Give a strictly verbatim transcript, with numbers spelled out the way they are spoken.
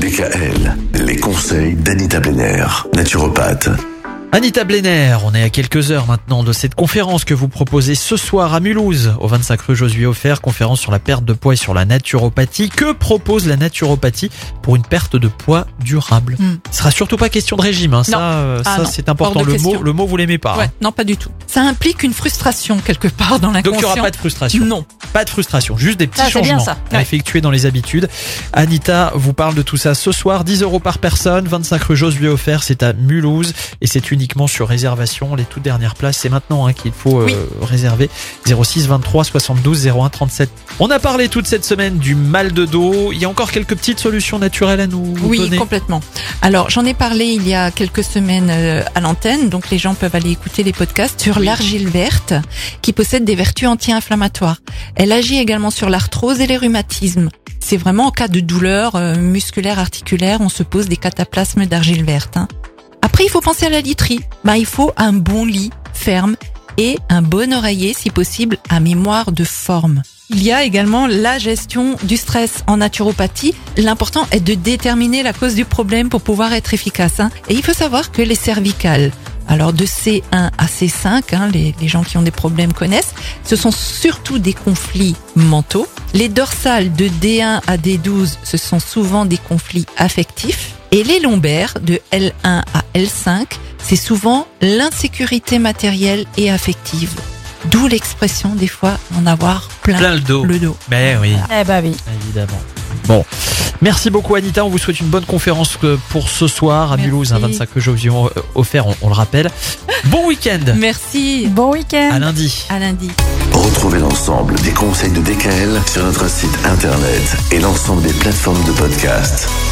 D K L, les conseils d'Anita Blenner, naturopathe. Anita Blenner, on est à quelques heures maintenant de cette conférence que vous proposez ce soir à Mulhouse, au vingt-cinq rue Josué Offert, conférence sur la perte de poids et sur la naturopathie. Que propose la naturopathie pour une perte de poids durable? mm. Ce sera surtout pas question de régime, hein. ça, euh, ah ça non, c'est important. Le mot, le mot, vous l'aimez pas. Ouais, hein. Non, pas du tout. Ça implique une frustration quelque part dans l'inconscient. Donc il n'y aura pas de frustration. Non. Pas de frustration, juste des petits ça, changements bien, ça. à Ouais. effectuer dans les habitudes. Anita vous parle de tout ça ce soir, dix euros par personne, vingt-cinq rue Josué Offert, c'est à Mulhouse et c'est uniquement sur réservation. Les toutes dernières places, c'est maintenant hein, qu'il faut euh, oui. réserver. zéro six vingt-trois soixante-douze zéro un trente-sept. On a parlé toute cette semaine du mal de dos. Il y a encore quelques petites solutions naturelles à nous oui, donner. Oui, complètement. Alors, j'en ai parlé il y a quelques semaines euh, à l'antenne, donc les gens peuvent aller écouter les podcasts sur oui. l'argile verte, qui possède des vertus anti-inflammatoires. Elle agit également sur l'arthrose et les rhumatismes. C'est vraiment en cas de douleur euh, musculaire, articulaire, on se pose des cataplasmes d'argile verte. Hein. Après, il faut penser à la literie. Ben, il faut un bon lit ferme et un bon oreiller, si possible, à mémoire de forme. Il y a également la gestion du stress en naturopathie. L'important est de déterminer la cause du problème pour pouvoir être efficace. Hein. Et il faut savoir que les cervicales, alors de C un à C cinq, hein, les, les gens qui ont des problèmes connaissent, ce sont surtout des conflits mentaux. Les dorsales de D un à D douze, ce sont souvent des conflits affectifs. Et les lombaires, de L un à L cinq, c'est souvent l'insécurité matérielle et affective. D'où l'expression, des fois, en avoir plein, plein le dos. Le dos. Ben oui. Eh ben oui. Évidemment. Bon. Merci beaucoup Anita, on vous souhaite une bonne conférence pour ce soir à Merci. Mulhouse, hein, vingt-cinq rue Josué Offert, on, on le rappelle. Bon week-end. Merci. Bon week-end. À lundi. À lundi. Retrouvez l'ensemble des conseils de D K L sur notre site internet et l'ensemble des plateformes de podcast.